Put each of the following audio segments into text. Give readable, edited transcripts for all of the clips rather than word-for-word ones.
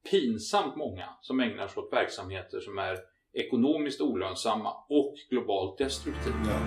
pinsamt många som ägnar sig åt verksamheter som är ekonomiskt olönsamma och globalt destruktiva. Ja.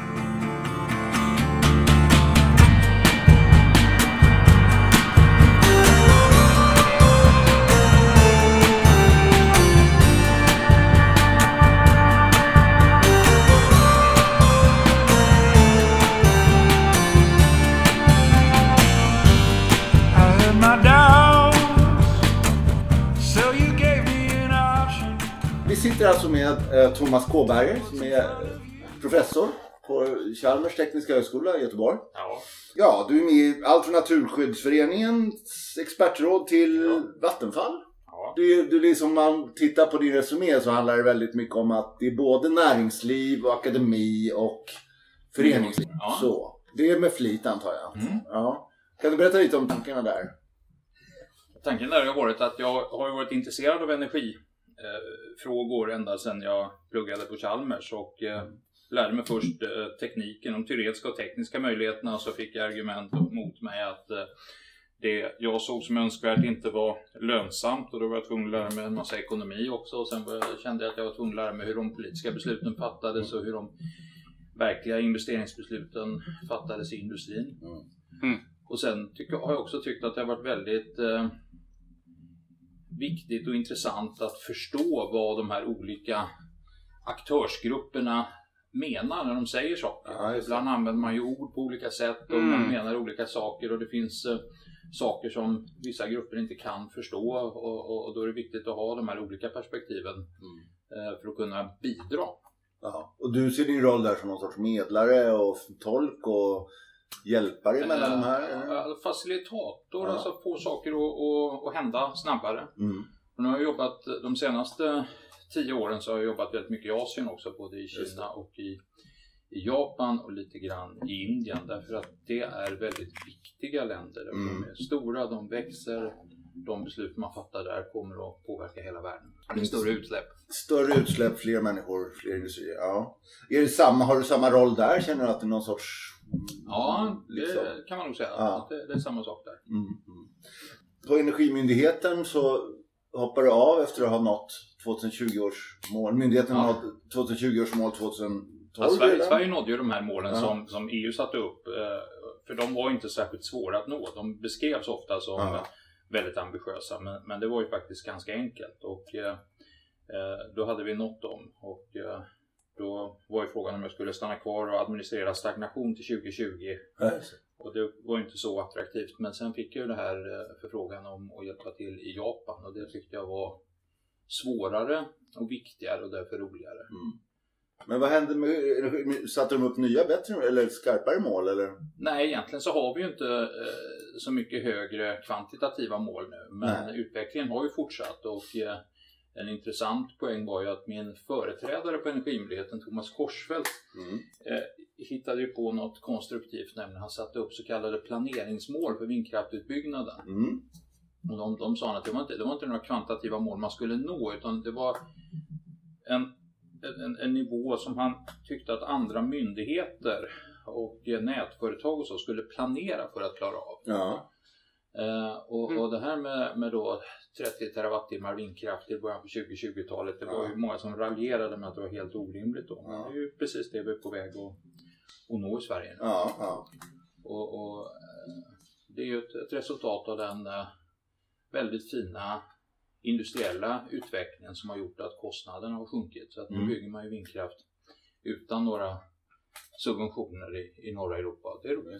Vi sitter alltså med Thomas Kåberger som är professor på Chalmers tekniska högskola i Göteborg. Ja. Ja, du är med i allt från Naturskyddsföreningens expertråd till Vattenfall. Ja. Du liksom, man tittar på din resumé så handlar det väldigt mycket om att det är både näringsliv och akademi och föreningsliv. Ja. Så, det är med flit antar jag. Mm. Ja. Kan du berätta lite om tankarna där? Tanken där har varit att jag har varit intresserad av energifrågor ända sedan jag pluggade på Chalmers och lärde mig först tekniken, de teoretiska och tekniska möjligheterna, så fick jag argument mot mig att det jag såg som önskvärt inte var lönsamt, och då var jag tvungen att lära mig en massa ekonomi också, och sen kände jag att jag var tvungen att lära mig hur de politiska besluten fattades och hur de verkliga investeringsbesluten fattades i industrin. Och sen har jag också tyckt att det har varit väldigt viktigt och intressant att förstå vad de här olika aktörsgrupperna menar när de säger saker. Ja, ibland använder man ju ord på olika sätt och man menar olika saker, och det finns saker som vissa grupper inte kan förstå, och då är det viktigt att ha de här olika perspektiven för att kunna bidra. Ja. Och du ser din roll där som någon sorts medlare och tolk och hjälpare mellan de här? Facilitator, alltså få saker att hända snabbare. Och nu har jag jobbat de senaste 10 åren, så har jag jobbat väldigt mycket i Asien också, både i Kina och i Japan och lite grann i Indien, därför att det är väldigt viktiga länder. De är stora, de växer, de beslut man fattar där kommer att påverka hela världen. Det är större utsläpp. Större utsläpp, fler människor, fler industrier. Ja. Har du samma roll där? Känner du att det är någon sorts... Ja, det kan man nog säga. Ja. Det är samma sak där. På Energimyndigheten så hoppar du av efter att ha nått 2020 års mål. Myndigheten har nått 2020 års mål 2012. Ja, Sverige nådde ju de här målen som EU satte upp. För de var inte särskilt svåra att nå. De beskrevs ofta som väldigt ambitiösa. Men det var ju faktiskt ganska enkelt. Och då hade vi nått dem. Och då var ju frågan om jag skulle stanna kvar och administrera stagnation till 2020. Och det var inte så attraktivt. Men sen fick jag ju det här förfrågan om att hjälpa till i Japan. Och det tyckte jag var svårare och viktigare och därför roligare. Men vad hände med, satte de upp nya bättre eller skarpare mål eller? Nej, egentligen så har vi ju inte så mycket högre kvantitativa mål nu. Men utvecklingen har ju fortsatt, och en intressant poäng var ju att min företrädare på Energimyndigheten, Thomas Korsfeldt, hittade ju på något konstruktivt, nämligen han satte upp så kallade planeringsmål för vindkraftutbyggnaden. Och de sa att det var inte några kvantitativa mål man skulle nå, utan det var en nivå som han tyckte att andra myndigheter och nätföretag och så skulle planera för att klara av. Ja. Och det här med då 30 terawattimmar vindkraft i början på 2020-talet, det var ju många som raljerade med att det var helt orimligt då. Men det är ju precis det vi är på väg att nå i Sverige nu. Och det är ju ett resultat av den väldigt fina industriella utvecklingen som har gjort att kostnaderna har sjunkit. Så att nu bygger man ju vindkraft utan några subventioner i norra Europa. Det är roligt.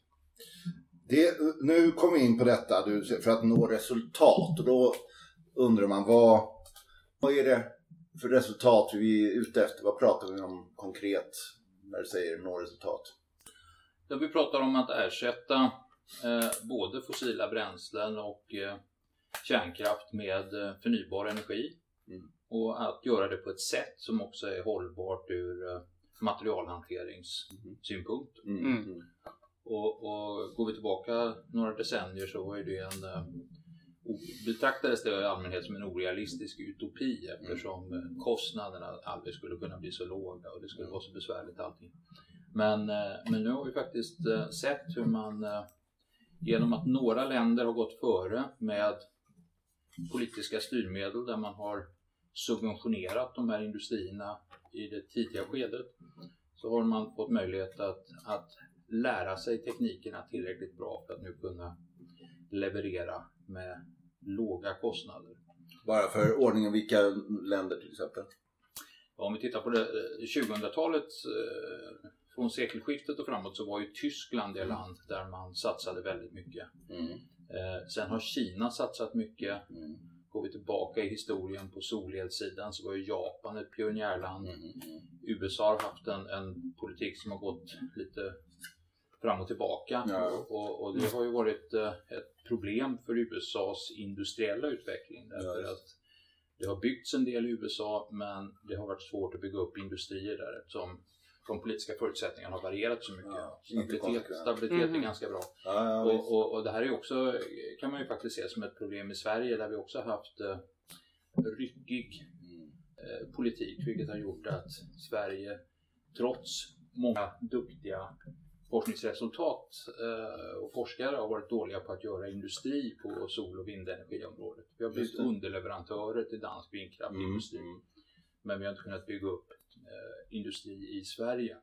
Nu kommer vi in på detta för att nå resultat, och då undrar man vad är det för resultat vi är ute efter? Vad pratar vi om konkret när du säger nå resultat? Ja, vi pratar om att ersätta både fossila bränslen och kärnkraft med förnybar energi, och att göra det på ett sätt som också är hållbart ur materialhanteringssynpunkt. Och går vi tillbaka några decennier så var ju det betraktades det i allmänhet som en orealistisk utopi, eftersom kostnaderna aldrig skulle kunna bli så låga och det skulle vara så besvärligt allting. Men nu har vi faktiskt sett hur man genom att några länder har gått före med politiska styrmedel där man har subventionerat de här industrierna i det tidiga skedet, så har man fått möjlighet att lära sig teknikerna tillräckligt bra för att nu kunna leverera med låga kostnader. Bara för ordningen, vilka länder till exempel? Om vi tittar på det 2000-talet, från sekelskiftet och framåt, så var ju Tyskland det land där man satsade väldigt mycket. Sen har Kina satsat mycket. Går vi tillbaka i historien på solelsidan så var ju Japan ett pionjärland. USA har haft en politik som har gått lite fram och tillbaka. Och det har ju varit ett problem för USAs industriella utveckling. Därför att det har byggts en del i USA, men det har varit svårt att bygga upp industrier där eftersom de politiska förutsättningarna har varierat så mycket. Stabilitet är ganska bra. Och det här är också, kan man ju faktiskt se som ett problem i Sverige, där vi också har haft ryckig politik, vilket har gjort att Sverige, trots många duktiga forskningsresultat och forskare, har varit dåliga på att göra industri på sol- och vindenergiområdet. Vi har blivit underleverantörer till dansk vindkraftindustri, men vi har inte kunnat bygga upp industri i Sverige.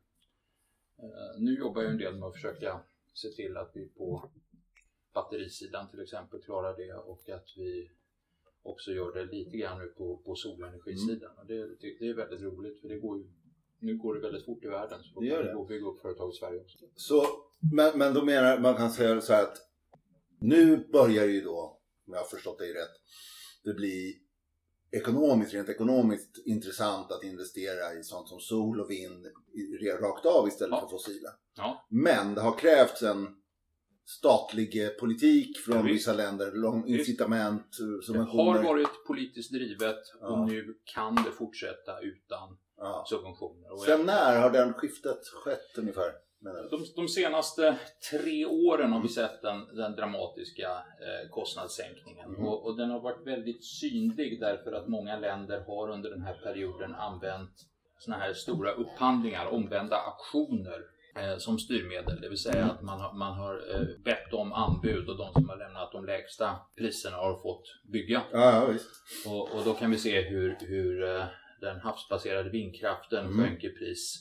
Nu jobbar jag en del med att försöka se till att vi på batterisidan till exempel klarar det, och att vi också gör det lite grann nu på solenergisidan. Och det är väldigt roligt, för nu går det väldigt fort i världen, så det går att bygga upp företag i Sverige också. Så, men då menar man kan säga så här att nu börjar ju då, om jag har förstått dig rätt, det blir rent ekonomiskt intressant att investera i sånt som sol och vind rakt av istället för fossila. Men det har krävts en statlig politik från vissa länder, incitament, subventioner. Det har varit politiskt drivet och nu kan det fortsätta utan subventioner. Sen när har den skiftet skett ungefär? De senaste 3 åren har vi sett den dramatiska kostnadssänkningen. Och den har varit väldigt synlig därför att många länder har under den här perioden använt såna här stora upphandlingar, omvända auktioner som styrmedel. Det vill säga att man har bett om anbud, och de som har lämnat de lägsta priserna har fått bygga. Och då kan vi se hur den havsbaserade vindkraften sjönk i pris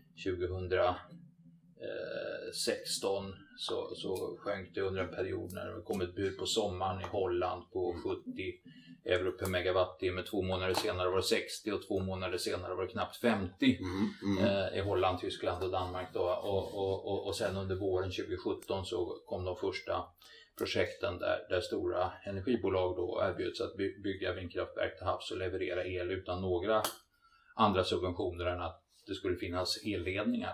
2016, så sjönk det under en period när det kom ett bud på sommaren i Holland på 70 euro per megawattimme. 2 månader senare var det 60 och 2 månader senare var det knappt 50 i Holland, Tyskland och Danmark då. Och sen under våren 2017 så kom de första projekten där stora energibolag då erbjöds att bygga vindkraftverk till havs och leverera el utan några andra subventioner än att det skulle finnas elledningar.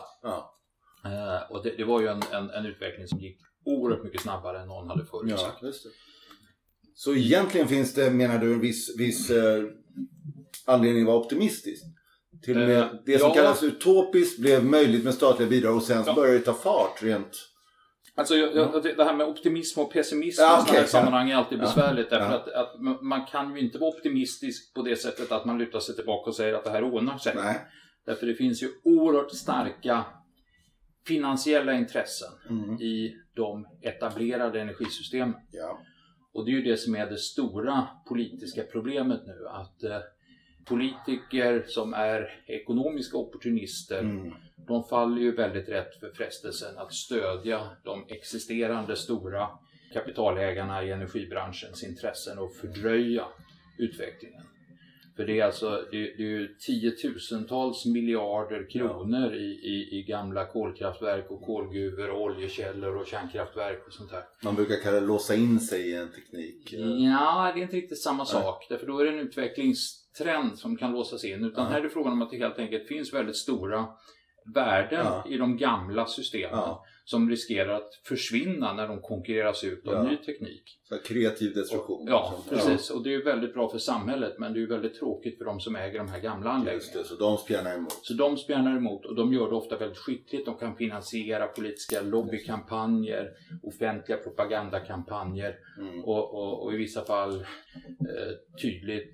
Och det var ju en utveckling som gick oerhört mycket snabbare än någon hade förutsagt. Så egentligen finns det, menar du, en viss anledning att vara optimistisk? Till och med det som kallas utopiskt blev möjligt med statliga bidrag, och sen så började det ta fart rent. Alltså det här med optimism och pessimism i sådana här sammanhang är alltid besvärligt. Därför att man kan ju inte vara optimistisk på det sättet att man lutar sig tillbaka och säger att det här ordnar sig. Därför det finns ju oerhört starka finansiella intressen i de etablerade energisystemen. Och det är ju det som är det stora politiska problemet nu. Att politiker som är ekonomiska opportunister, de faller ju väldigt rätt för frestelsen att stödja de existerande stora kapitalägarna i energibranschens intressen och fördröja utvecklingen. För det är alltså det är ju 10-tusentals miljarder kronor i gamla kolkraftverk och kolgruvor och oljekällor och kärnkraftverk och sånt här. Man brukar kalla det låsa in sig i en teknik. Ja, det är inte riktigt samma sak. Därför då är det en utvecklingstrend som kan låsas in. Utan här är det frågan om att det helt enkelt finns väldigt stora värden i de gamla systemen som riskerar att försvinna när de konkurreras ut av ny teknik. Så kreativ destruktion. Precis. Och det är ju väldigt bra för samhället, men det är ju väldigt tråkigt för de som äger de här gamla anläggningarna. Just det, så de spjärnar emot. Och de gör det ofta väldigt skickligt. De kan finansiera politiska lobbykampanjer, offentliga propagandakampanjer och i vissa fall tydligt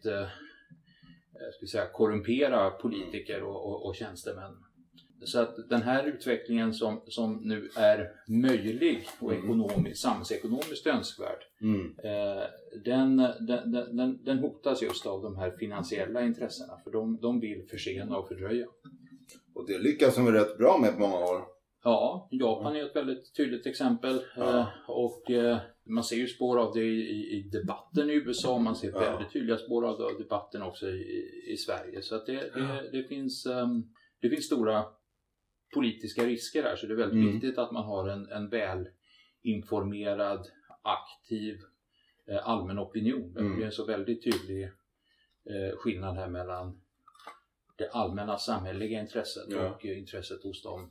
korrumpera politiker och tjänstemän. Så att den här utvecklingen som nu är möjlig och samhällsekonomiskt önskvärd, Den hotas just av de här finansiella intressena, för de vill försena och fördröja. Och det lyckas de rätt bra med på många år. Ja, Japan är ett väldigt tydligt exempel. Och man ser ju spår av det i debatten i USA. Man ser väldigt tydliga spår av debatten också i Sverige. Så att det finns stora politiska risker här. Så det är väldigt viktigt att man har en välinformerad, aktiv allmän opinion. Det är en så väldigt tydlig skillnad här mellan det allmänna samhälleliga intresset och intresset hos de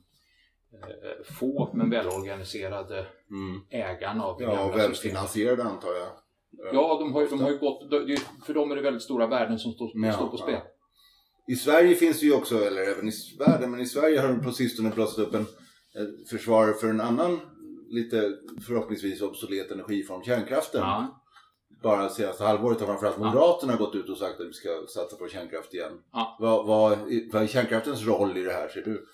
få men välorganiserade ägarna av det och välfinansierade antar jag. Ja, de har ju gått, för dem är det väldigt stora värden som står på spel. I Sverige finns det ju också, eller även i världen, men i Sverige har de på sistone plötsligt upp en försvarare för en annan, lite förhoppningsvis obsolet energiform, kärnkraften. Ja. Bara senaste halvåret har framförallt Moderaterna gått ut och sagt att vi ska satsa på kärnkraft igen. Ja. Vad är kärnkraftens roll i det här, ser du?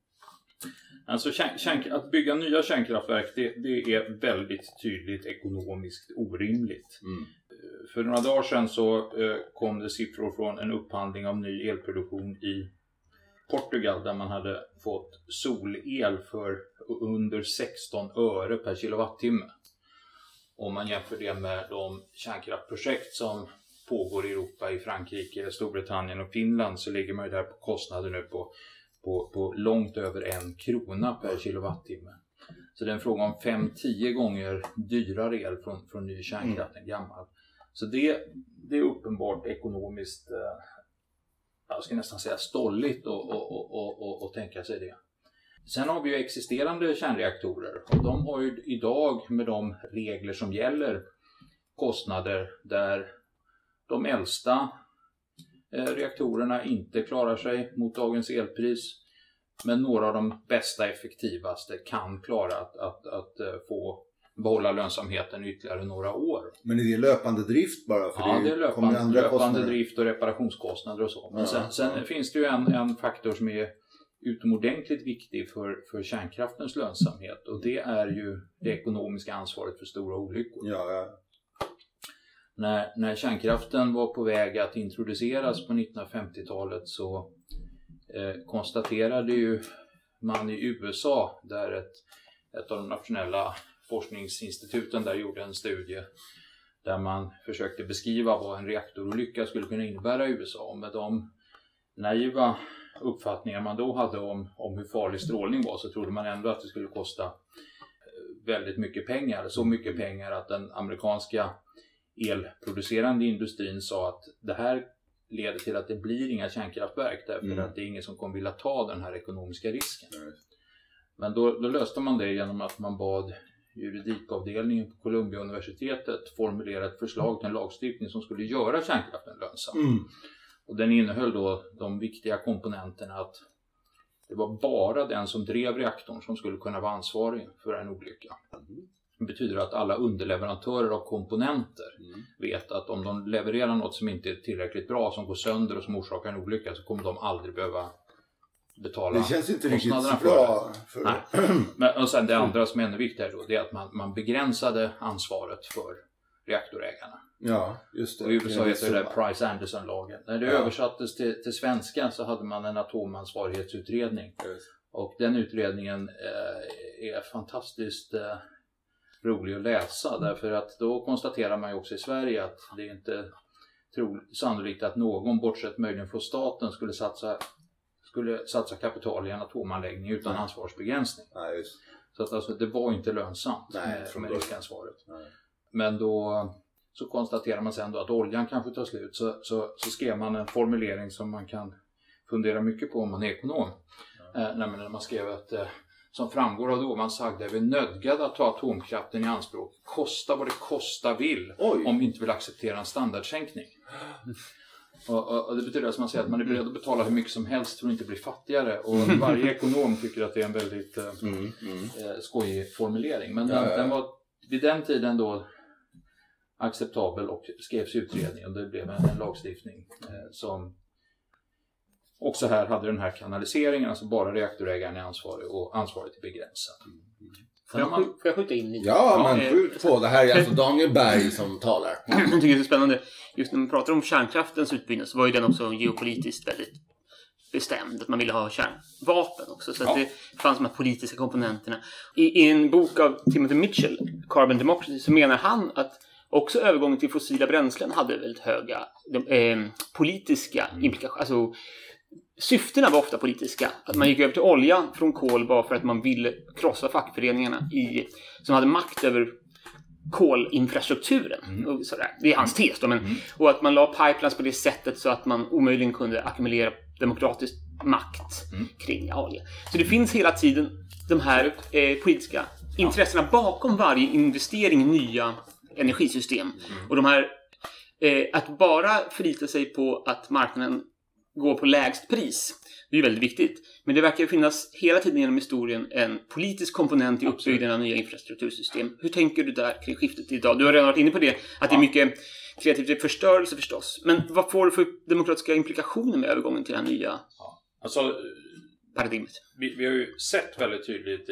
Alltså att bygga nya kärnkraftverk, det är väldigt tydligt ekonomiskt orimligt. För några dagar sedan så kom det siffror från en upphandling av ny elproduktion i Portugal, där man hade fått solel för under 16 öre per kilowattimme. Om man jämför det med de kärnkraftprojekt som pågår i Europa, i Frankrike, Storbritannien och Finland, så ligger man ju där på kostnader nu på långt över 1 krona per kilowattimme. Så det är en fråga om 5-10 gånger dyrare el från ny kärnkraft än gammal. Så det är uppenbart ekonomiskt, jag ska nästan säga stolligt att tänka sig det. Sen har vi ju existerande kärnreaktorer, och de har ju idag med de regler som gäller kostnader där de äldsta reaktorerna inte klarar sig mot dagens elpris, men några av de bästa, effektivaste kan klara att få behålla lönsamheten ytterligare några år. Men är det löpande drift bara? För det är löpande drift och reparationskostnader och så. Men sen finns det ju en faktor som är utomordentligt viktig för kärnkraftens lönsamhet, och det är ju det ekonomiska ansvaret för stora olyckor. När kärnkraften var på väg att introduceras på 1950-talet så konstaterade ju man i USA, där ett av de nationella forskningsinstituten där gjorde en studie där man försökte beskriva vad en reaktorolycka skulle kunna innebära i USA. Med de naiva uppfattningar man då hade om hur farlig strålning var, så trodde man ändå att det skulle kosta väldigt mycket pengar. Så mycket pengar att den amerikanska elproducerande industrin sa att det här leder till att det blir inga kärnkraftverk, därför att det är ingen som kommer vilja ta den här ekonomiska risken. Men då löste man det genom att man bad juridikavdelningen på Columbia-universitetet formulera ett förslag till en lagstiftning som skulle göra kärnkraften lönsam. Och den innehöll då de viktiga komponenterna att det var bara den som drev reaktorn som skulle kunna vara ansvarig för en olycka. Det betyder att alla underleverantörer av komponenter vet att om de levererar något som inte är tillräckligt bra, som går sönder och som orsakar en olycka, så kommer de aldrig behöva betala. Det känns inte riktigt så bra. Men, och sen det andra som är ännu viktigare då, det är att man begränsade ansvaret för reaktorägarna. Ja, just det. Och i USA heter det Price-Anderson-lagen. När det översattes till svenska så hade man en atomansvarighetsutredning. Och den utredningen är fantastiskt rolig att läsa, därför att då konstaterar man ju också i Sverige att det är inte sannolikt att någon, bortsett möjligen från staten, skulle satsa kapital i en atomanläggning utan ansvarsbegränsning. Så att alltså, det var inte lönsamt med riskansvaret. Men då så konstaterar man sen då att oljan kanske tar slut, så skrev man en formulering som man kan fundera mycket på om man är ekonom. Nämligen när man skrev att som framgår av det man sagde, är vi nödgade att ta atomkraften i anspråk, kosta vad det kosta vill, om vi inte vill acceptera en standardsänkning. Och det betyder att man säger att man är beredd att betala hur mycket som helst för att inte bli fattigare. Och varje ekonom tycker att det är en väldigt skojig formulering. Men den var vid den tiden då acceptabel och skrevs utredning, och det blev en lagstiftning som också här hade den här kanaliseringen, alltså bara reaktorägaren är ansvarig och ansvaret är begränsat. Får jag skjuta in lite? Ja, men skjut på. Det här är alltså Daniel Berg som talar. Jag tycker det är så spännande. Just när man pratar om kärnkraftens utbyggnad så var ju den också geopolitiskt väldigt bestämd. Att man ville ha kärnvapen också. Så att det fanns de här politiska komponenterna. I en bok av Timothy Mitchell, Carbon Democracy, så menar han att också övergången till fossila bränslen hade väldigt höga politiska implikationer. Alltså, syftena var ofta politiska. Att man gick över till olja från kol bara för att man ville krossa fackföreningarna som hade makt över kolinfrastrukturen. Och sådär. Det är hans tes då. Och att man la pipelines på det sättet så att man omöjligen kunde ackumulera demokratisk makt kring olja. Så det finns hela tiden de här politiska intressena bakom varje investering i nya energisystem. Och de här att bara förlita sig på att marknaden går på lägst pris, det är väldigt viktigt. Men det verkar finnas hela tiden genom historien en politisk komponent i uppbyggnaden av nya infrastruktursystem. Hur tänker du där kring skiftet idag? Du har redan varit inne på det, att det är mycket kreativ förstörelse förstås. Men vad får det för demokratiska implikationer med övergången till det här nya paradigmet? Vi har ju sett väldigt tydligt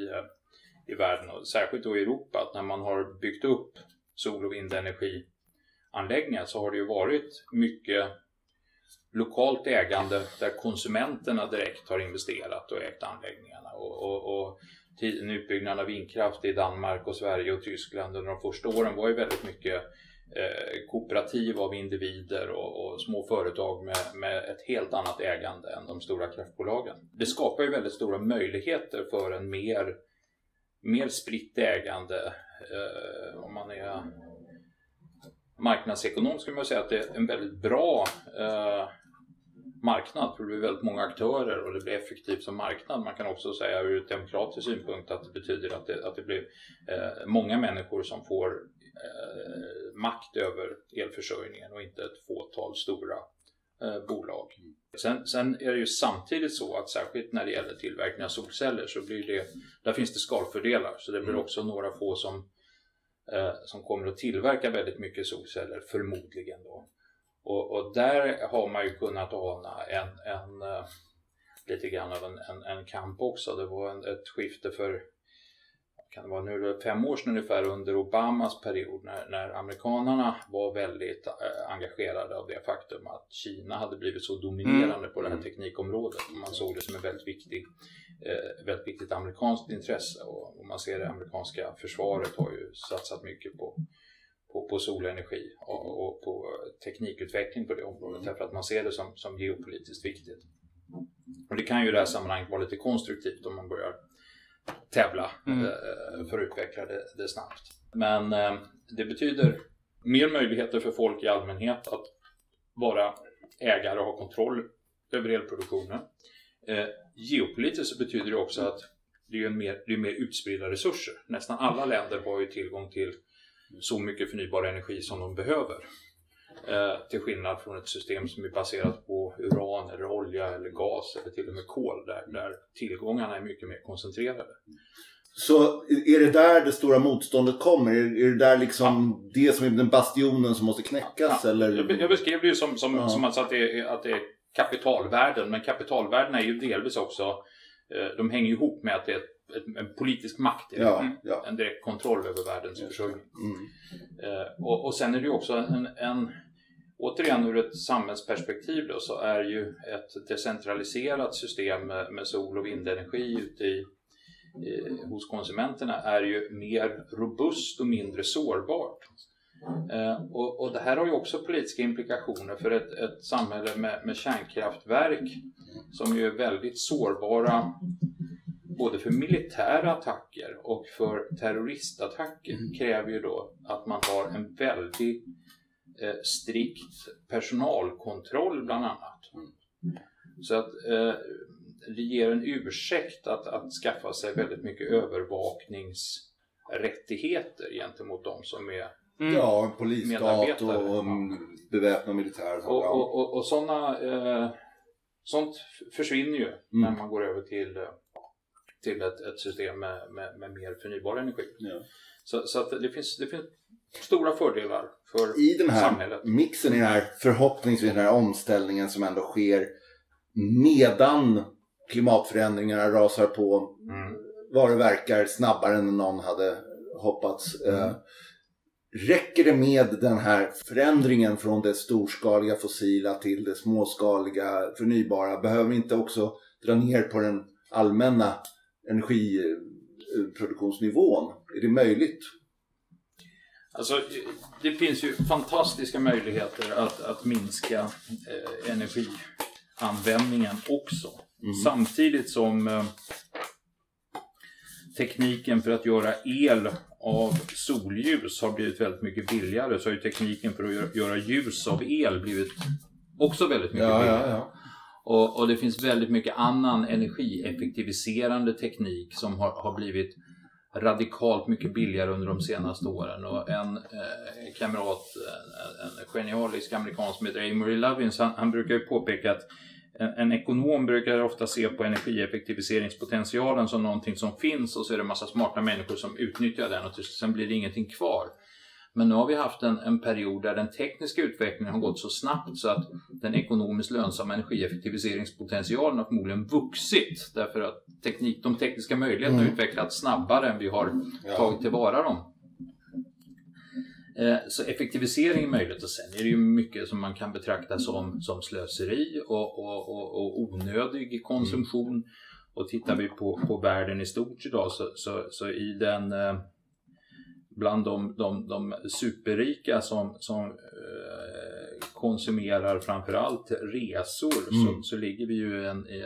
i världen, och särskilt då i Europa, att när man har byggt upp sol- och vindenergianläggningar så har det ju varit mycket lokalt ägande där konsumenterna direkt har investerat och ägt anläggningarna. Och tiden utbyggnaden av vindkraft i Danmark och Sverige och Tyskland under de första åren var ju väldigt mycket kooperativ av individer och små företag med ett helt annat ägande än de stora kraftbolagen. Det skapar ju väldigt stora möjligheter för en mer spritt ägande. Om man är marknadsekonom skulle man säga att det är en väldigt bra marknad, för det blir väldigt många aktörer och det blir effektivt som marknad. Man kan också säga ur ett demokratisk synpunkt att det betyder att det blir många människor som får makt över elförsörjningen och inte ett fåtal stora bolag. Sen är det ju samtidigt så att särskilt när det gäller tillverkning av solceller så där finns det skalfördelar, så det blir också några få som kommer att tillverka väldigt mycket solceller förmodligen då. Och där har man ju kunnat ana lite grann av en kamp också. Det var ett skifte för, kan det vara nu 5 år sedan ungefär, under Obamas period när amerikanerna var väldigt engagerade av det faktum att Kina hade blivit så dominerande på det här teknikområdet. Man såg det som en väldigt viktigt amerikanskt intresse, och man ser det amerikanska försvaret har ju satsat mycket på solenergi och på teknikutveckling på det området, därför att man ser det som geopolitiskt viktigt. Och det kan ju i det här sammanhanget vara lite konstruktivt om man börjar tävla för att utveckla det snabbt. Men det betyder mer möjligheter för folk i allmänhet att vara ägare och ha kontroll över elproduktionen. Geopolitiskt så betyder det också att det är mer utspridda resurser. Nästan alla länder har ju tillgång till så mycket förnybar energi som de behöver. Till skillnad från ett system som är baserat på uran eller olja eller gas eller till och med kol, där tillgångarna är mycket mer koncentrerade. Så är det där det stora motståndet kommer? Är det där liksom det som är den bastionen som måste knäckas? Ja. Eller? Jag beskrev det ju som att det är kapitalvärden, men kapitalvärdena är ju delvis också, de hänger ihop med att det är en politisk makt, en direkt kontroll över världens försörjning. Och sen är det ju också återigen ur ett samhällsperspektiv då, så är ju ett decentraliserat system med sol- och vindenergi ute hos konsumenterna är ju mer robust och mindre sårbart. Och det här har ju också politiska implikationer för ett samhälle med kärnkraftverk som ju är väldigt sårbara både för militära attacker och för terroristattacker. Kräver ju då att man har en väldigt strikt personalkontroll bland annat. Så att det ger en ursäkt att skaffa sig väldigt mycket övervakningsrättigheter gentemot de som är polisstat och beväpnad militär. Och sånt försvinner ju när man går över till ett system med mer förnybar energi. Ja. Så att det finns stora fördelar för samhället. I den här mixen, i den här förhoppningsvis den här omställningen som ändå sker medan klimatförändringarna rasar på. vad det verkar snabbare än någon hade hoppats. Räcker det med den här förändringen från det storskaliga fossila till det småskaliga förnybara? Behöver vi inte också dra ner på den allmänna energiproduktionsnivån? Är det möjligt? Alltså, det finns ju fantastiska möjligheter att minska energianvändningen också. Samtidigt som tekniken för att göra el av solljus har blivit väldigt mycket billigare, så har ju tekniken för att göra ljus av el blivit också väldigt mycket billigare. Ja. Och det finns väldigt mycket annan energieffektiviserande teknik som har blivit radikalt mycket billigare under de senaste åren. Och en kamrat, en genialisk amerikan som heter Amory Lovins, han brukar ju påpeka att en ekonom brukar ofta se på energieffektiviseringspotentialen som någonting som finns, och så är det en massa smarta människor som utnyttjar den, och sen blir det ingenting kvar. Men nu har vi haft en period där den tekniska utvecklingen har gått så snabbt så att den ekonomiskt lönsamma energieffektiviseringspotentialen har förmodligen vuxit, därför att de tekniska möjligheterna har utvecklats snabbare än vi har tagit tillvara dem. Så effektivisering är möjligt, och sen är det ju mycket som man kan betrakta som slöseri och onödig konsumtion. Och tittar vi på världen i stort idag så i den bland de superrika som konsumerar framförallt resor så ligger vi ju i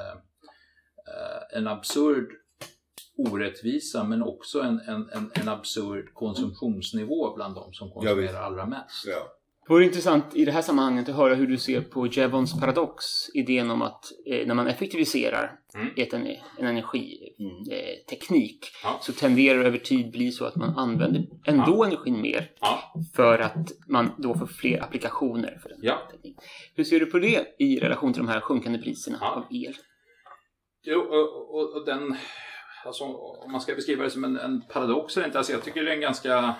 en absurd orättvisa, men också en absurd konsumtionsnivå bland de som konsumerar allra mest. Ja. Det vore intressant i det här sammanhanget att höra hur du ser på Jevons paradox, idén om att när man effektiviserar en energiteknik så tenderar det över tid bli så att man använder ändå energin mer för att man då får fler applikationer för den tekniken. Hur ser du på det i relation till de här sjunkande priserna av el? Jo, och den, alltså, om man ska beskriva det som en paradox eller inte, alltså jag tycker det är en ganska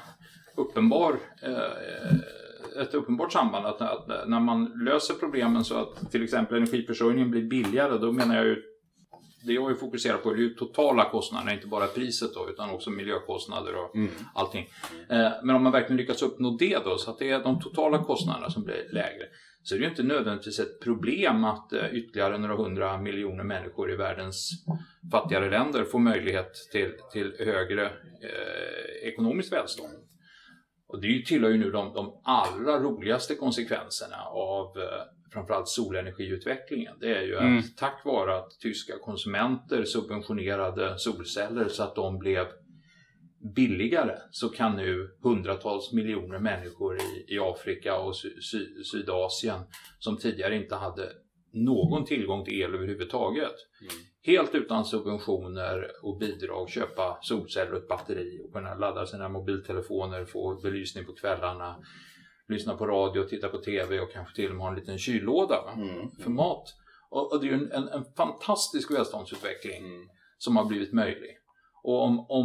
ett uppenbart samband att när man löser problemen så att till exempel energiförsörjningen blir billigare, då menar jag ju, det jag ju fokuserar på är ju totala kostnader, inte bara priset då, utan också miljökostnader och allting. Men om man verkligen lyckas uppnå det då, så att det är de totala kostnaderna som blir lägre, så är det ju inte nödvändigtvis ett problem att ytterligare några 100 miljoner människor i världens fattigare länder får möjlighet till högre ekonomiskt välstånd. Och det tillhör ju nu de allra roligaste konsekvenserna av framförallt solenergiutvecklingen. Det är ju att tack vare att tyska konsumenter subventionerade solceller så att de blev billigare, så kan nu hundratals miljoner människor i Afrika och Sydasien som tidigare inte hade någon tillgång till el överhuvudtaget, helt utan subventioner och bidrag, köpa solceller och ett batteri och kunna ladda sina mobiltelefoner, få belysning på kvällarna, lyssna på radio, titta på tv och kanske till och med ha en liten kyllåda för mat. Och det är ju en fantastisk välståndsutveckling som har blivit möjlig. Och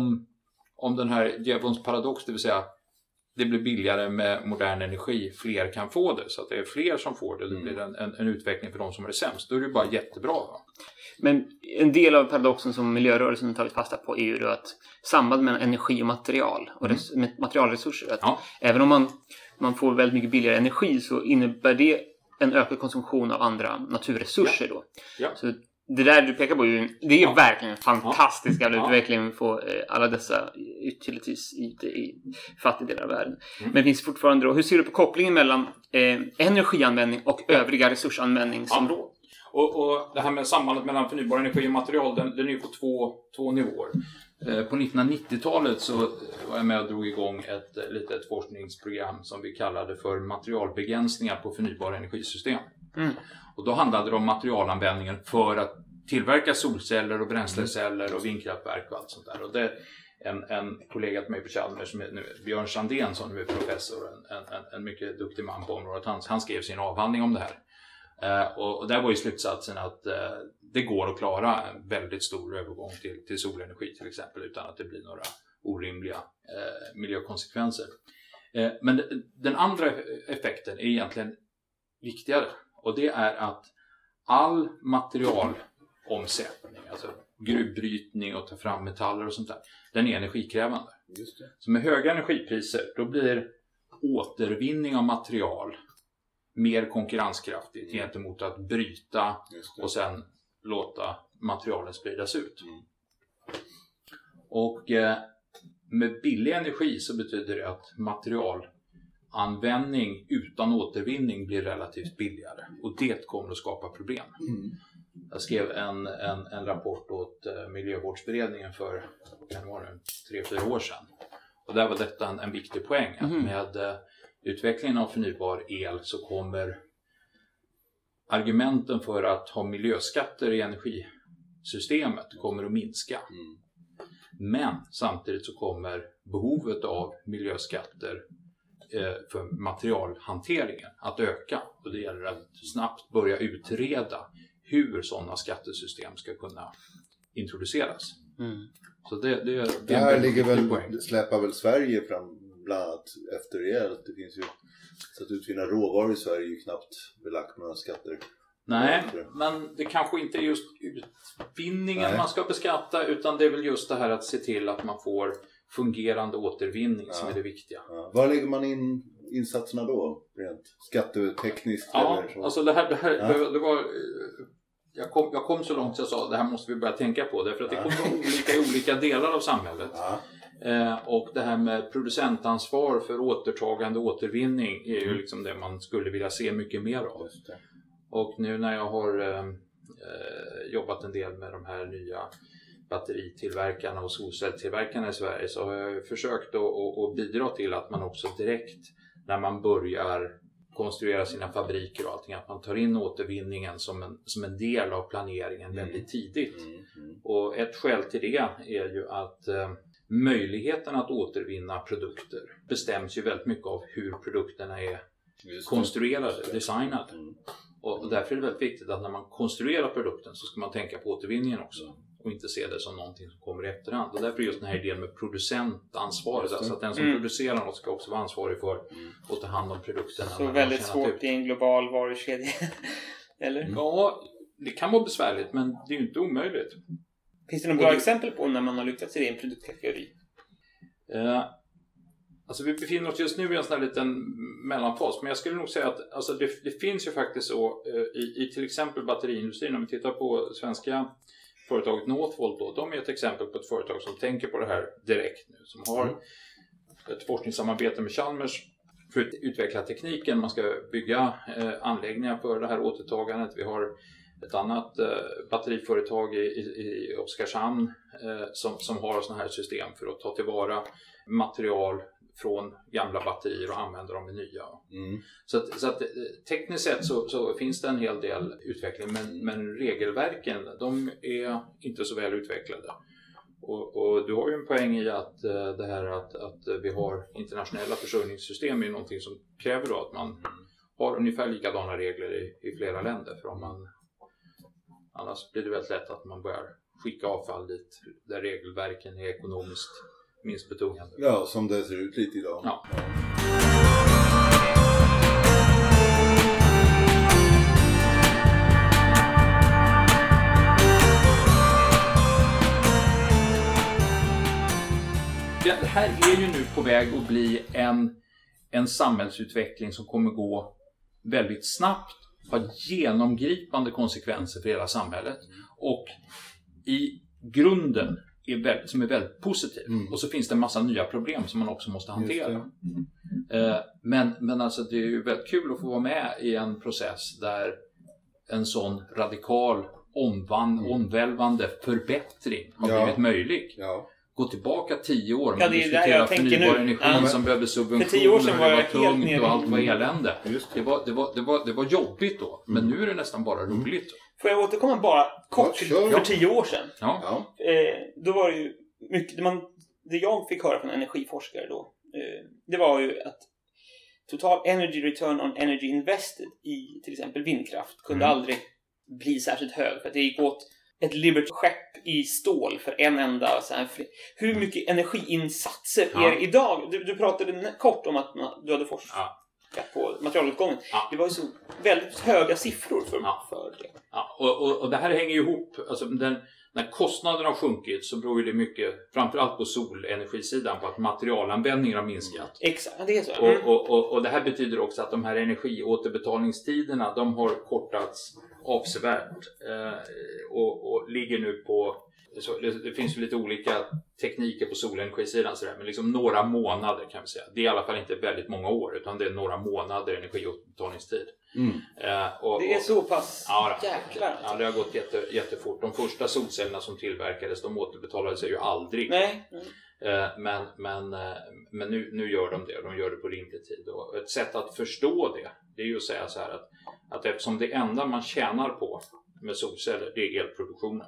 om den här Jevons paradox, det vill säga det blir billigare med modern energi, fler kan få det, så att det är fler som får det, det blir en utveckling för de som är det sämst, då är det bara jättebra. Va? Men en del av paradoxen som miljörörelsen har tagit fasta på är ju att samband mellan energi och material och materialresurser, att även om man får väldigt mycket billigare energi, så innebär det en ökad konsumtion av andra naturresurser då. Så det där du pekar på, det är verkligen en fantastisk utveckling på alla dessa utilities i fattiga delar av världen. Men det finns fortfarande då, hur ser du på kopplingen mellan energianvändning och övriga resursanvändningsområden? Och det här med sambandet mellan förnybar energi och material, den är ju på två nivåer. På 1990-talet så var jag med och drog igång ett litet forskningsprogram som vi kallade för materialbegränsningar på förnybara energisystem. Och då handlade det om materialanvändningen för att tillverka solceller och bränsleceller och vindkraftverk och allt sånt där. Och det en kollega till mig på Chalmers, som är nu Björn Sandén, som nu är professor, en mycket duktig man på området, han skrev sin avhandling om det här. Och där var ju slutsatsen att det går att klara en väldigt stor övergång till solenergi till exempel, utan att det blir några orimliga miljökonsekvenser. Men den andra effekten är egentligen viktigare, och det är att all materialomsättning, alltså gruvbrytning och ta fram metaller och sånt där, den är energikrävande. Just det. Så med höga energipriser, då blir återvinning av material mer konkurrenskraftigt gentemot att bryta och sen låta materialen spridas ut. Och med billig energi så betyder det att materialanvändning utan återvinning blir relativt billigare. Och det kommer att skapa problem. Jag skrev en rapport åt Miljövårdsberedningen för 3-4 år sedan. Och där var detta en viktig poäng. Att med utvecklingen av förnybar el så kommer argumenten för att ha miljöskatter i energisystemet kommer att minska. Men samtidigt så kommer behovet av miljöskatter för materialhanteringen att öka. Och det gäller att snabbt börja utreda hur sådana skattesystem ska kunna introduceras. Så det här ligger väl, släpar väl Sverige fram bland annat efter er. Det finns ju, så att utvinna råvaror i Sverige är ju knappt belagt med några skatter. Nej, men det kanske inte är just utvinningen man ska beskatta, utan det är väl just det här att se till att man får fungerande återvinning som är det viktiga. Var lägger man in insatserna då? Rent skattetekniskt? Ja, eller så? Alltså det var... Jag kom så långt så jag sa att det här måste vi börja tänka på. Därför att det kommer olika i olika delar av samhället. Och det här med producentansvar för återtagande och återvinning är ju liksom det man skulle vilja se mycket mer av. Och nu när jag har jobbat en del med de här nya batteritillverkarna och solcelltillverkarna i Sverige, så har jag försökt att bidra till att man också direkt när man börjar konstruera sina fabriker och allting, att man tar in återvinningen som en del av planeringen väldigt tidigt. Och ett skäl till det är ju att möjligheten att återvinna produkter bestäms ju väldigt mycket av hur produkterna är konstruerade, designade. Och därför är det väldigt viktigt att när man konstruerar produkten så ska man tänka på återvinningen också. Och inte se det som någonting som kommer i efterhand. Och därför är just den här idén med producentansvaret. Alltså att den som producerar något ska också vara ansvarig för att ta hand om produkterna. Så väldigt svårt i en global varukedja. Eller? Ja, det kan vara besvärligt, men det är ju inte omöjligt. Finns det några bra exempel på när man har lyckats i en produktkategori? Alltså vi befinner oss just nu i en sån här liten mellanfas. Men jag skulle nog säga att alltså det finns ju faktiskt så i till exempel batteriindustrin. Om vi tittar på svenska företaget Northvolt då, de är ett exempel på ett företag som tänker på det här direkt nu. Som har ett forskningssamarbete med Chalmers för att utveckla tekniken. Man ska bygga anläggningar för det här återtagandet. Vi har ett annat batteriföretag i Oskarshamn som har sådana här system för att ta tillvara material från gamla batterier och använda dem i nya. Så att tekniskt sett så finns det en hel del utveckling, men regelverken de är inte så väl utvecklade. Och du har ju en poäng i att det här att vi har internationella försörjningssystem är någonting som kräver då att man har ungefär likadana regler i flera länder. För annars blir det väldigt lätt att man börjar skicka avfall dit där regelverken är ekonomiskt minst betungande. Ja, som det ser ut lite idag. Ja. Det här är ju nu på väg att bli en samhällsutveckling som kommer gå väldigt snabbt, ha genomgripande konsekvenser för hela samhället och i grunden som är väldigt positiv. Och så finns det en massa nya problem som man också måste hantera. Men alltså det är ju väldigt kul att få vara med i en process där en sån radikal omvälvande förbättring har blivit möjlig. Gå tillbaka 10 år med diskutera förnybar energi som behövde subventioner, det var tungt och allt var elände. Det var jobbigt då, men nu är det nästan bara roligt. Får jag återkomma bara kort för 10 år sedan? Då var det ju mycket, det jag fick höra från energiforskare då, det var ju att total energy return on energy invested i till exempel vindkraft kunde aldrig bli särskilt hög, för att det gick åt ett Liberty-skepp i stål för en enda så här. Hur mycket energiinsatser är det idag? Du pratade kort om att du hade forskat på materialutgången. Det var ju så väldigt höga siffror för det. Och det här hänger ju ihop. Alltså när kostnaderna har sjunkit så beror det mycket, framförallt på solenergisidan, på att materialanvändningen har minskat. Exakt, det är så. Och det här betyder också att de här energiåterbetalningstiderna, de har kortats avsevärt och ligger nu på, så det finns ju lite olika tekniker på solenergisidan sådär, men liksom några månader kan vi säga. Det är i alla fall inte väldigt många år, utan det är några månader energiåterbetalningstid. Det är så pass jäklar. Ja, det har gått jättefort. De första solcellerna som tillverkades, de återbetalade sig ju aldrig. Nej. Men nu gör de det, och de gör det på rimlig tid. Och ett sätt att förstå det är ju att säga så här att eftersom det enda man tjänar på med solceller, det är elproduktionen.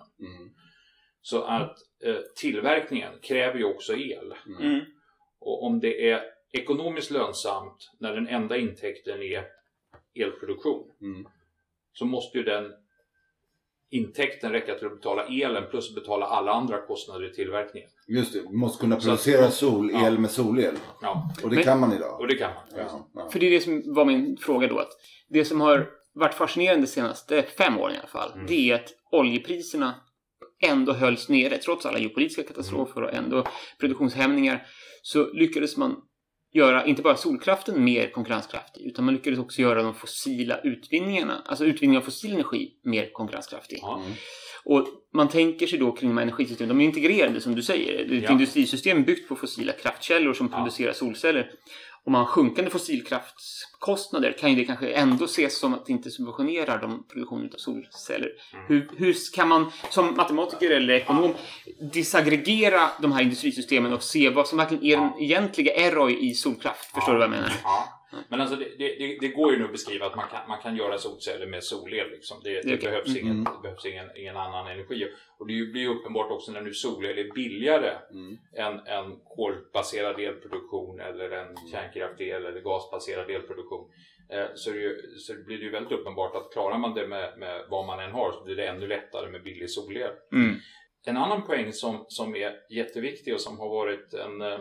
Så att tillverkningen kräver ju också el. Och om det är ekonomiskt lönsamt när den enda intäkten är elproduktion, så måste ju den intäkten räcka till att betala elen plus betala alla andra kostnader i tillverkningen. Just det, vi måste kunna producera solel med solel. Ja. Och det kan man idag. Och det kan man. Ja. För det är det som var min fråga då. Att det som har varit fascinerande de senaste 5 åren i alla fall, det är att oljepriserna ändå hölls nere. Trots alla geopolitiska katastrofer och ändå produktionshämningar, så lyckades man göra inte bara solkraften mer konkurrenskraftig, utan man lyckades också göra de fossila utvinningarna, alltså utvinning av fossil energi, mer konkurrenskraftig. Och man tänker sig då kring de här energisystemen, de är integrerade som du säger. Det är ett industrisystem byggt på fossila kraftkällor som producerar solceller. Om man har sjunkande fossilkraftskostnader kan ju det kanske ändå ses som att det inte subventionerar de produktionen av solceller. Hur kan man som matematiker eller ekonom disaggregera de här industrisystemen och se vad som verkligen är den egentliga ROI i solkraft? Förstår du vad jag menar? Men alltså det går ju nu att beskriva att man kan göra solceller med solel liksom. Det behövs ingen annan energi. Och det blir ju uppenbart också när nu solel är billigare än kolbaserad elproduktion eller en kärnkraftsel eller gasbaserad elproduktion. Så blir det ju väldigt uppenbart att klarar man det med vad man än har, så blir det ännu lättare med billig solel. En annan poäng som är jätteviktig och som har varit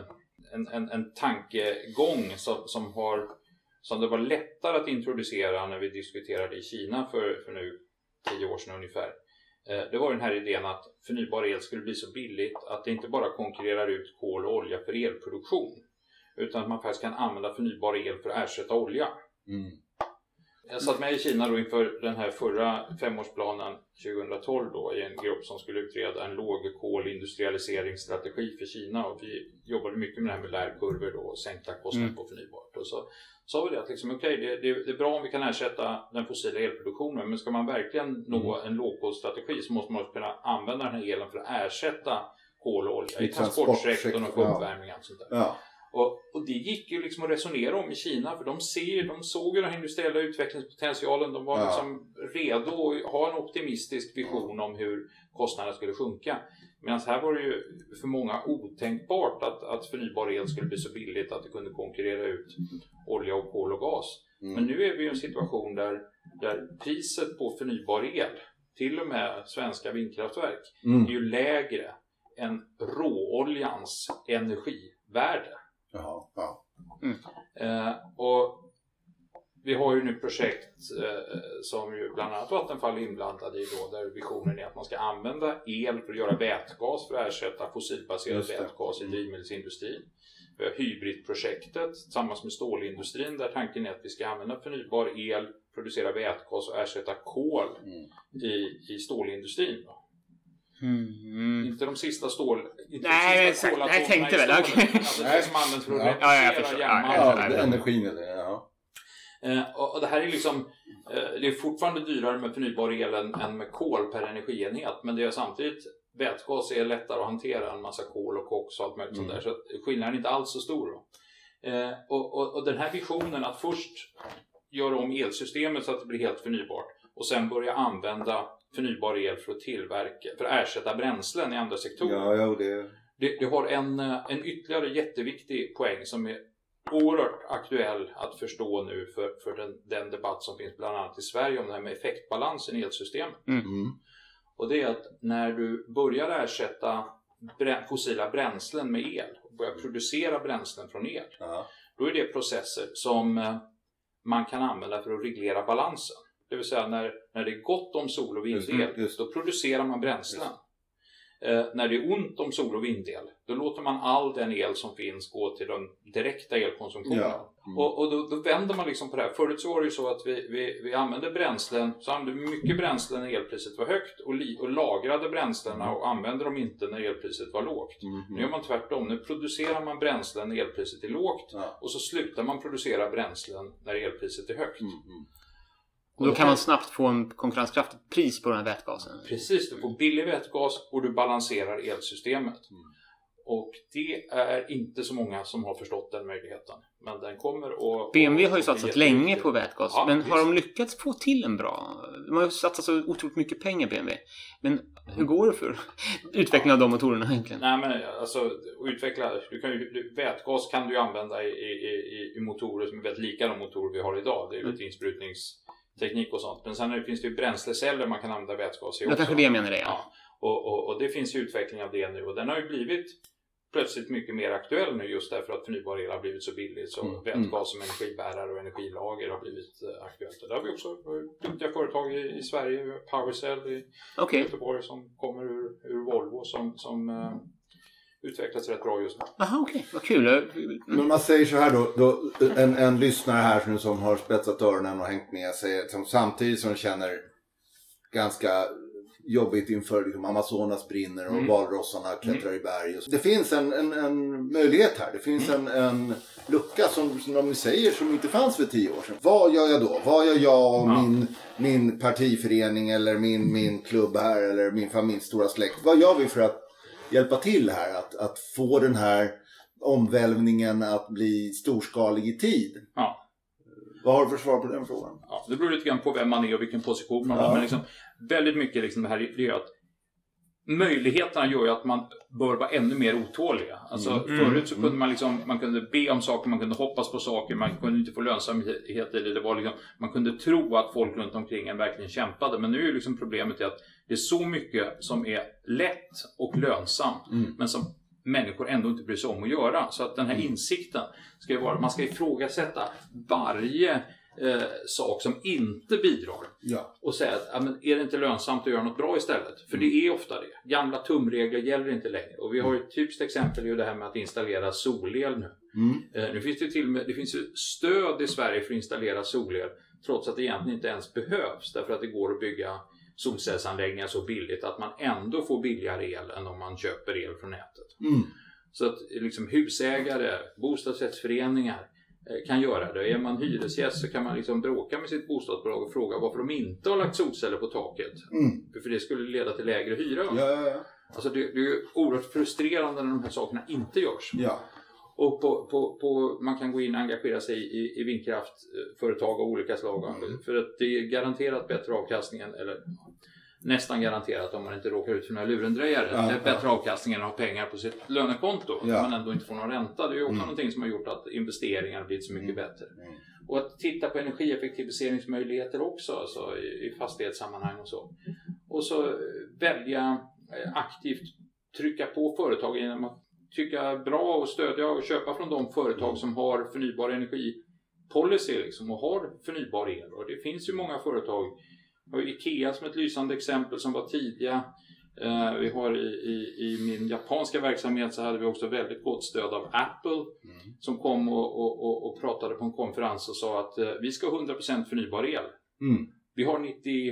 en tankegång som det var lättare att introducera när vi diskuterade i Kina för nu 10 år sedan ungefär. Det var den här idén att förnybar el skulle bli så billigt att det inte bara konkurrerar ut kol och olja för elproduktion, utan att man faktiskt kan använda förnybar el för att ersätta olja. Jag satt med i Kina då inför den här förra 5-årsplanen 2012 då, i en grupp som skulle utreda en lågkolindustrialiseringsstrategi för Kina, och vi jobbade mycket med det här med lärkurvor då och sänkta kostnader på förnybart. Och så sa vi det att liksom, det är bra om vi kan ersätta den fossila elproduktionen, men ska man verkligen nå en lågkolstrategi så måste man kunna använda den här elen för att ersätta kol och olja i transportsektorn och uppvärmning och sånt där. Ja. Och det gick ju liksom att resonera om i Kina, för de såg ju den industriella utvecklingspotentialen, de var liksom redo att ha en optimistisk vision om hur kostnaderna skulle sjunka. Medan här var det ju för många otänkbart att förnybar el skulle bli så billigt att det kunde konkurrera ut olja och kol och gas. Men nu är vi i en situation där priset på förnybar el, till och med svenska vindkraftverk, är ju lägre än råoljans energivärde. Och vi har ju nu projekt som ju bland annat Vattenfall är inblandade i då, där visionen är att man ska använda el för att göra vätgas för att ersätta fossilbaserad vätgas i drivmedelsindustrin. Vi har hybridprojektet tillsammans med stålindustrin, där tanken är att vi ska använda förnybar el, producera vätgas och ersätta kol i stålindustrin då. Inte de sista Nej, exakt. Jag tänkte väl. Alltså det som används för att reducera järnmalm. Energin. Och det här är liksom, det är fortfarande dyrare med förnybar el än med kol per energienhet, men det är samtidigt, vätgas är lättare att hantera än massa kol och koks och allt möjligt sånt där, så att skillnaden är inte alls så stor då. Och den här visionen att först göra om elsystemet så att det blir helt förnybart och sen börja använda förnybar el för att ersätta bränslen i andra sektorer. Det har en ytterligare jätteviktig poäng som är oerhört aktuell att förstå nu för den debatt som finns bland annat i Sverige om det här med effektbalansen i elsystemet. Och det är att när du börjar ersätta fossila bränslen med el och börjar producera bränslen från el, då är det processer som man kan använda för att reglera balansen. Det vill säga när det är gott om sol- och vindel, då producerar man bränslen. när det är ont om sol- och vindel, då låter man all den el som finns gå till den direkta elkonsumtionen. Ja. Och då vänder man liksom på det här. Förut så var det ju så att vi använde bränslen, så använde vi mycket bränslen när elpriset var högt och lagrade bränslena och använde dem inte när elpriset var lågt. Nu gör man tvärtom. Nu producerar man bränslen när elpriset är lågt och så slutar man producera bränslen när elpriset är högt. Och då kan man snabbt få en konkurrenskraftigt pris på den här vätgasen. Precis, du får billig vätgas och du balanserar elsystemet. Och det är inte så många som har förstått den möjligheten. Men den kommer och... BMW har ju satsat länge på vätgas. Ja, men har de lyckats få till en bra... De har ju satsat så otroligt mycket pengar, BMW. Men hur går det för utvecklingen av de motorerna egentligen? Nej, men alltså utveckla... Vätgas kan du ju använda i motorer som är väldigt lika de motorer vi har idag. Det är ju lite insprutningsteknik och sånt. Men sen finns det ju bränsleceller man kan använda vätgas i också. Det kanske det jag menar det, ja. Och det finns ju utveckling av det nu. Och den har ju blivit plötsligt mycket mer aktuell nu just därför att förnybar el har blivit så billigt. Så vätgas som energibärare och energilager har blivit aktuellt. Och där har vi också duktiga företag i Sverige. PowerCell i Göteborg som kommer ur Volvo som utvecklas rätt bra just nu. Aha, okej. Vad kul. Men man säger så här då en lyssnare här nu som har spetsat öronen och hängt med säger, som samtidigt som känner ganska jobbigt inför liksom, Amazonas brinner och valrossarna klättrar i berg. Det finns en möjlighet här. Det finns en lucka som de säger som inte fanns för 10 år sedan. Vad gör jag då? Vad gör jag och min partiförening eller min klubb här eller min familjs stora släkt? Vad gör vi för att hjälpa till här? Att få den här omvälvningen att bli storskalig i tid? Ja. Vad har du för svar på den frågan? Ja, det beror lite grann på vem man är och vilken position man har. Men liksom, väldigt mycket liksom det här är att möjligheterna gör ju att man bör vara ännu mer otåliga. Alltså förut så kunde man kunde be om saker, man kunde hoppas på saker, man kunde inte få lönsamhet i det. Det var liksom, man kunde tro att folk runt omkring en verkligen kämpade. Men nu är liksom problemet att det är så mycket som är lätt och lönsamt men som människor ändå inte bryr sig om att göra. Så att den här insikten ska ju vara att man ska ifrågasätta varje sak som inte bidrar. Ja. Och säga att är det inte lönsamt att göra något bra istället? För det är ofta det. Gamla tumregler gäller inte längre. Och vi har ju ett typiskt exempel i det här med att installera solel nu. Nu finns det finns ju stöd i Sverige för att installera solel trots att det egentligen inte ens behövs. Därför att det går att bygga solcellsanläggningar så billigt att man ändå får billigare el än om man köper el från nätet. Så att liksom husägare, bostadsrättsföreningar kan göra det. Är man hyresgäst så kan man liksom bråka med sitt bostadsbolag och fråga varför de inte har lagt solceller på taket. För det skulle leda till lägre hyra. Ja. Alltså det är ju oerhört frustrerande när de här sakerna inte görs. Ja. Och man kan gå in och engagera sig i vindkraftföretag av olika slag. För att det är garanterat bättre avkastning eller nästan garanterat om man inte råkar ut för några lurendrejare. Det är bättre avkastning än att ha pengar på sitt lönekonto. Man ändå inte får någon ränta. Det är ju också någonting som har gjort att investeringar har blivit så mycket bättre. Och att titta på energieffektiviseringsmöjligheter också, alltså i fastighetssammanhang och så. Och så välja aktivt trycka på företag genom att tycka bra och stödja och köpa från de företag som har förnybar energipolicy liksom, och har förnybar el. Och det finns ju många företag. Vi har IKEA som ett lysande exempel som var tidiga. Vi har i min japanska verksamhet så hade vi också väldigt gott stöd av Apple som kom och pratade på en konferens och sa att vi ska ha 100% förnybar el. Vi har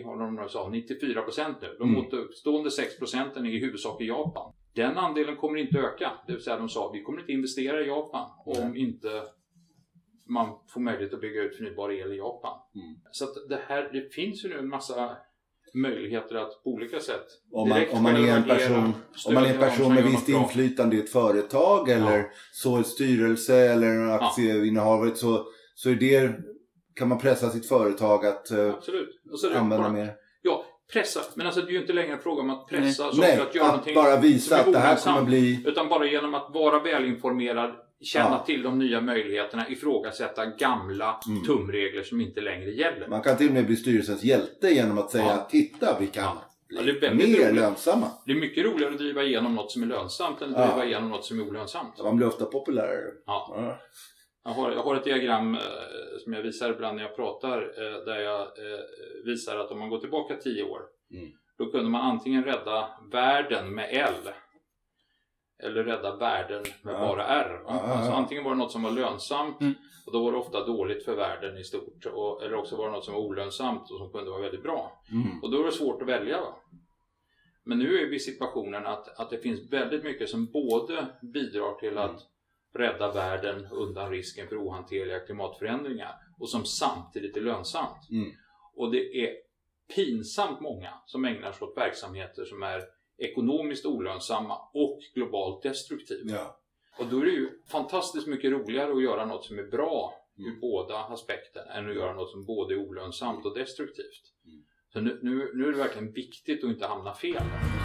94% nu. De återstående 6% är i huvudsak i Japan. Den andelen kommer inte öka. Det vill säga de sa att vi kommer inte investera i Japan om inte man får möjlighet att bygga ut förnybar el i Japan. Så att det finns ju nu en massa möjligheter att på olika sätt om man är en person med visst inflytande i ett företag eller så en styrelse eller en aktieinnehavare så är det, kan man pressa sitt företag att använda mer. Ja, pressa. Men alltså det är ju inte längre en fråga om att pressa för att göra någonting bara visa att det här kommer bli, utan bara genom att vara välinformerad, känna till de nya möjligheterna, ifrågasätta gamla tumregler som inte längre gäller. Man kan till och med bli styrelsens hjälte genom att säga titta, vi kan bli mer lönsamma. Det är mycket roligare att driva igenom något som är lönsamt än att driva igenom något som är olönsamt. Man blir ofta populärare. Jag har ett diagram som jag visar ibland när jag pratar där jag visar att om man går tillbaka 10 år Då kunde man antingen rädda världen med L eller rädda världen med bara R. Alltså antingen var det något som var lönsamt och då var det ofta dåligt för världen i stort. Eller också var det något som var olönsamt och som kunde vara väldigt bra. Och då är det svårt att välja. Va? Men nu är vi i situationen att det finns väldigt mycket som både bidrar till att rädda världen undan risken för ohanterliga klimatförändringar och som samtidigt är lönsamt. Och det är pinsamt många som ägnar sig åt verksamheter som är ekonomiskt olönsamma och globalt destruktiva. Ja. Och då är det ju fantastiskt mycket roligare att göra något som är bra ur båda aspekterna än att göra något som både är olönsamt och destruktivt. Så nu är det verkligen viktigt att inte hamna fel.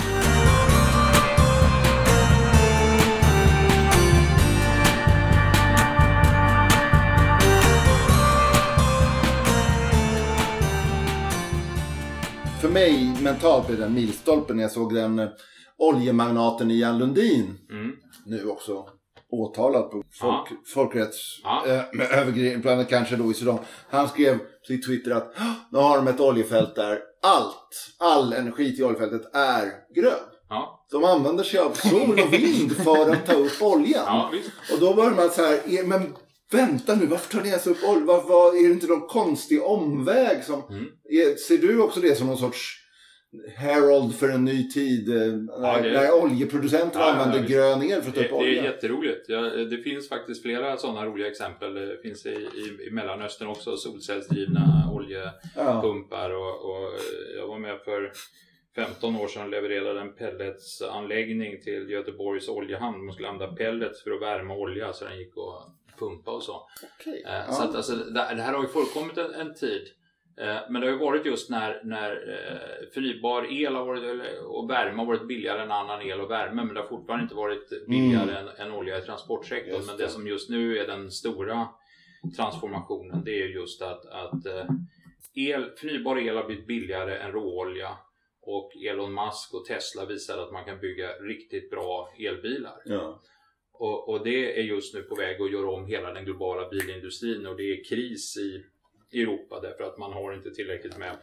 För mig mentalt blev den milstolpen när jag såg den oljemagnaten Ian Lundin. Nu också åtalad på folkrätts med övergripande kanske då i Sudan. Han skrev på sitt Twitter att nu har de ett oljefält där all energi till oljefältet är grön. Ja. De använder sig av sol och vind för att ta upp oljan. Ja, och då börjar man så här, men vänta nu, varför tar ni ens upp olja? Vad är det inte någon konstig omväg som ser du också det som någon sorts herald för en ny tid när oljeproducenter använder grön el för att ta upp olja? Det är jätteroligt. Det finns faktiskt flera sådana roliga exempel. Det finns i Mellanöstern också solcellsdrivna oljepumpar och jag var med för 15 år sedan levererade en pelletsanläggning till Göteborgs oljehamn. Man skulle använda pellets för att värma olja så den gick och pumpa och så. Okay. Så att, alltså, det här har ju förekommit en tid. Men det har ju varit just när förnybar el har varit, och värme har varit billigare än annan el och värme. Men det har fortfarande inte varit billigare än olja i transportsektorn. Men det som just nu är den stora transformationen, det är just att förnybar el har blivit billigare än råolja. Och Elon Musk och Tesla visar att man kan bygga riktigt bra elbilar. Ja. Och det är just nu på väg att göra om hela den globala bilindustrin. Och det är kris i Europa därför att man har inte tillräckligt med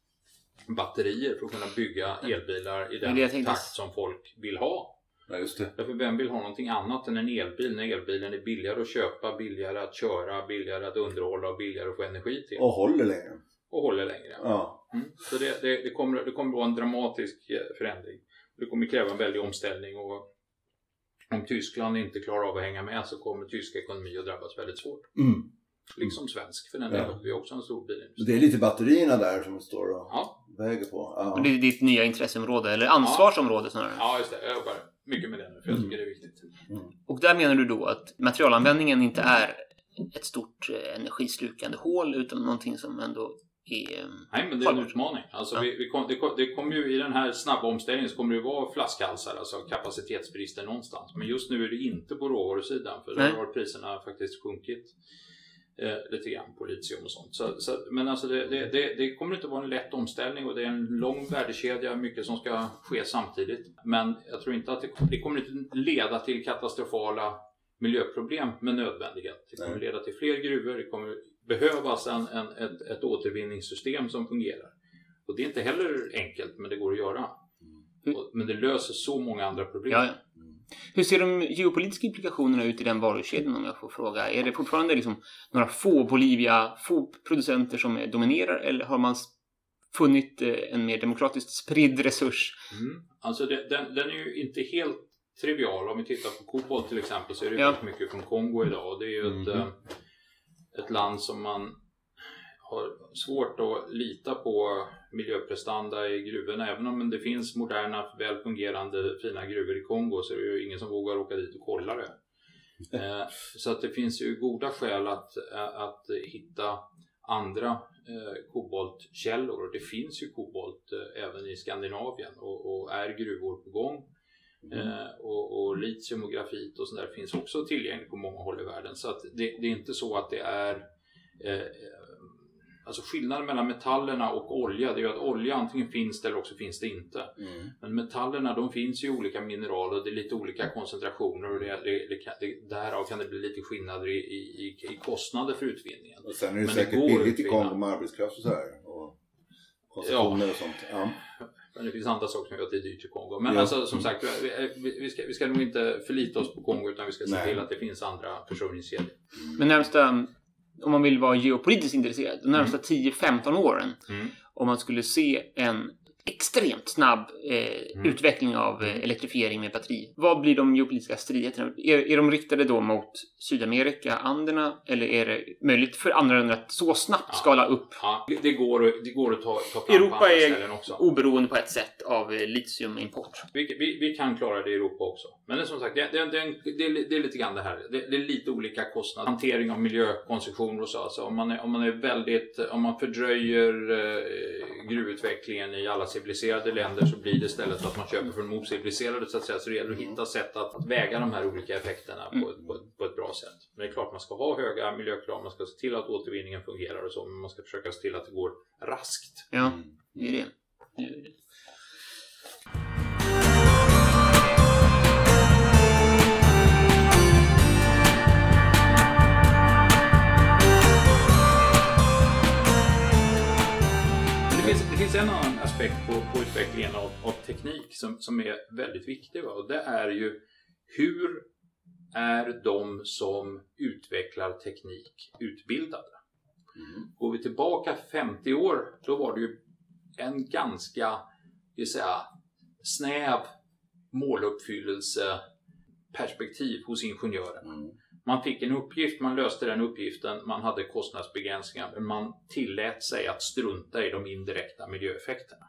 batterier för att kunna bygga elbilar i den takt som folk vill ha. Ja, just det. Därför vem vill ha någonting annat än en elbil när elbilen är billigare att köpa, billigare att köra, billigare att underhålla och billigare att få energi till. Och håller längre. Ja. Så det kommer vara en dramatisk förändring. Det kommer kräva en väldig omställning och om Tyskland inte klarar av att hänga med så kommer tysk ekonomi att drabbas väldigt svårt. Liksom svensk för den delen. Vi är också en stor bilindustri. Det är lite batterierna där som står och väger på. Ja. Och det är ditt nya intresseområde eller ansvarsområde snarare. Ja, just det. Jag jobbar mycket med det nu för jag tycker det är viktigt. Och där menar du då att materialanvändningen inte är ett stort energislukande hål utan någonting som ändå Nej, men det är en utmaning. Alltså, det kommer ju i den här snabba omställningen så kommer det vara flaskhalsar, alltså kapacitetsbrister någonstans. Men just nu är det inte på råvarusidan för där har priserna faktiskt sjunkit lite grann på litium och sånt. Men alltså det kommer inte vara en lätt omställning och det är en lång värdekedja, mycket som ska ske samtidigt. Men jag tror inte att det kommer inte leda till katastrofala miljöproblem med nödvändighet. Det kommer leda till fler gruvor, det kommer behövas ett återvinningssystem som fungerar. Och det är inte heller enkelt, men det går att göra. Men det löser så många andra problem. Ja. Hur ser de geopolitiska implikationerna ut i den varukedjan om jag får fråga? Är det fortfarande liksom några få producenter som dominerar eller har man funnit en mer demokratiskt spridd resurs? Alltså den är ju inte helt trivial. Om vi tittar på kobolt till exempel så är det väldigt mycket från Kongo idag. Och det är ju ett land som man har svårt att lita på miljöprestanda i gruvorna. Även om det finns moderna, väl fungerande, fina gruvor i Kongo så är det ju ingen som vågar åka dit och kolla det. Så att det finns ju goda skäl att hitta andra koboltkällor. Och det finns ju kobolt även i Skandinavien och är gruvor på gång. Och litium och grafit och sånt där finns också tillgängligt på många håll i världen. Så att det är inte så att det är alltså skillnaden mellan metallerna och olja, det är ju att olja antingen finns det eller också finns det inte. Men metallerna, de finns ju i olika mineraler, det är lite olika koncentrationer och därav kan det bli lite skillnader i kostnader för utvinningen. Och sen är det säkert billigt i Kongo med arbetskraft och så här och konstruktioner och sånt. Men det finns andra saker som gör att det är dyrt i Kongo. Men alltså, som sagt, vi ska nog inte förlita oss på Kongo, utan vi ska se till att det finns andra försörjningskedjor. Men närmsta, om man vill vara geopolitiskt intresserad, de närmsta 10-15 åren, om man skulle se en extremt snabb utveckling av elektrifiering med batteri. Vad blir de geopolitiska stridigheterna? Är de riktade då mot Sydamerika, Anderna, eller är det möjligt för andra länder att så snabbt skala upp? Ja, det går att ta fram Europa på andra är ställen också. oberoende på ett sätt av litiumimport. Vi kan klara det i Europa också. Men det är som sagt, det är lite grann det här. Det är lite olika kostnader. Hantering av miljökoncessioner och så. Alltså om man fördröjer gruvutvecklingen i alla civiliserade länder, så blir det istället att man köper från motciviliserade, så att säga. Så det gäller att hitta sätt att väga de här olika effekterna på ett bra sätt. Men det är klart, man ska ha höga miljökrav, man ska se till att återvinningen fungerar och så, men man ska försöka se till att det går raskt. Ja, det är det. Det finns en annan aspekt på utvecklingen av teknik som är väldigt viktig. Och det är ju, hur är de som utvecklar teknik utbildade? Går vi tillbaka 50 år, då var det ju en ganska snäv måluppfyllelseperspektiv hos ingenjören. Man fick en uppgift, man löste den uppgiften, man hade kostnadsbegränsningar, men man tillät sig att strunta i de indirekta miljöeffekterna.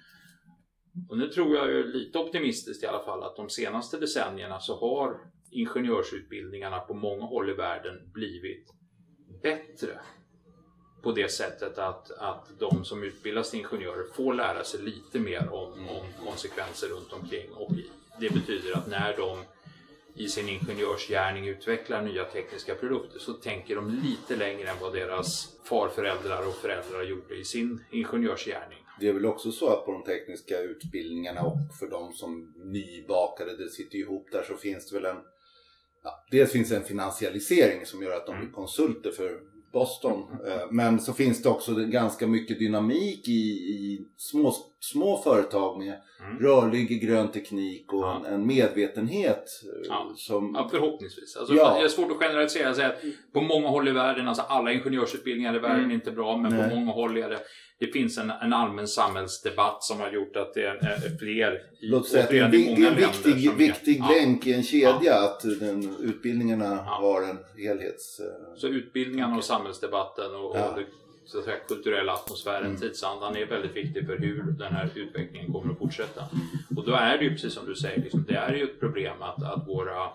Och nu tror jag ju lite optimistiskt i alla fall att de senaste decennierna så har ingenjörsutbildningarna på många håll i världen blivit bättre på det sättet att de som utbildas till ingenjörer får lära sig lite mer om konsekvenser runt omkring. Och det betyder att när de i sin ingenjörsgärning utvecklar nya tekniska produkter, så tänker de lite längre än vad deras farföräldrar och föräldrar gjorde i sin ingenjörsgärning. Det är väl också så att på de tekniska utbildningarna, och för de som nybakade, det sitter ihop där, så finns det väl dels finns en finansialisering som gör att de blir konsulter för Boston. Men så finns det också ganska mycket dynamik i små företag med rörlig grön teknik och en medvetenhet. Ja, förhoppningsvis. Alltså, det är svårt att generalisera och säga att på många håll i världen, alltså alla ingenjörsutbildningar i världen är inte bra, men på många håll är det finns en allmän samhällsdebatt som har gjort att det är fler Låt säga att det är en viktig länk i en kedja, att utbildningarna har en helhets... Så utbildningarna och samhällsdebatten och det, så att säga, kulturella atmosfären, tidsandan är väldigt viktig för hur den här utvecklingen kommer att fortsätta. Och då är det ju precis som du säger, liksom, det är ju ett problem att våra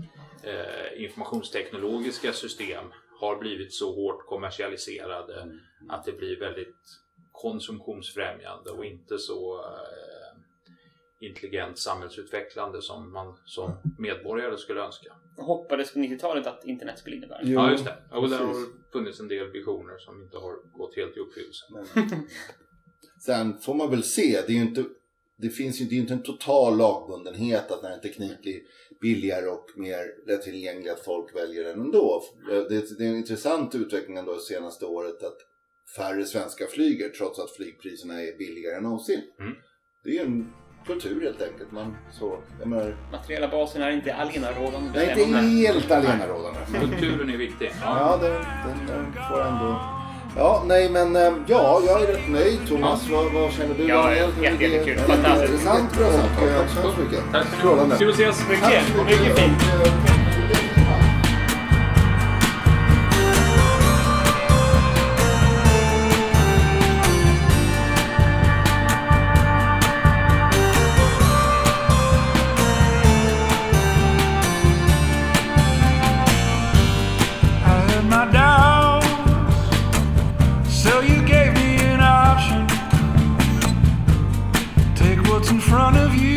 informationsteknologiska system har blivit så hårt kommersialiserade att det blir väldigt konsumtionsfrämjande och inte så intelligent samhällsutvecklande som man som medborgare skulle önska. Jag hoppades på 90-talet att internet skulle innebära. Ja, just det. Och där har funnits en del visioner som inte har gått helt i uppfyllelse. Sen får man väl se, det finns ju inte en total lagbundenhet att när en teknik blir billigare och mer lättillgänglig att folk väljer den ändå. Det är en intressant utveckling ändå det senaste året att färre svenskar flyger trots att flygpriserna är billigare än någonsin. Det är en kultur helt enkelt. Materiella basen är inte allenarådande. Det är inte helt allenarådande. Kulturen är viktig. Ja, den får ändå... Ja, nej men jag är rätt nöjd. Thomas, vad känner du? Ja, jättekul. Fantastiskt. Intressant. Tack så mycket. Tack för nu. Ska vi ses mycket. Mycket fint. in front of you.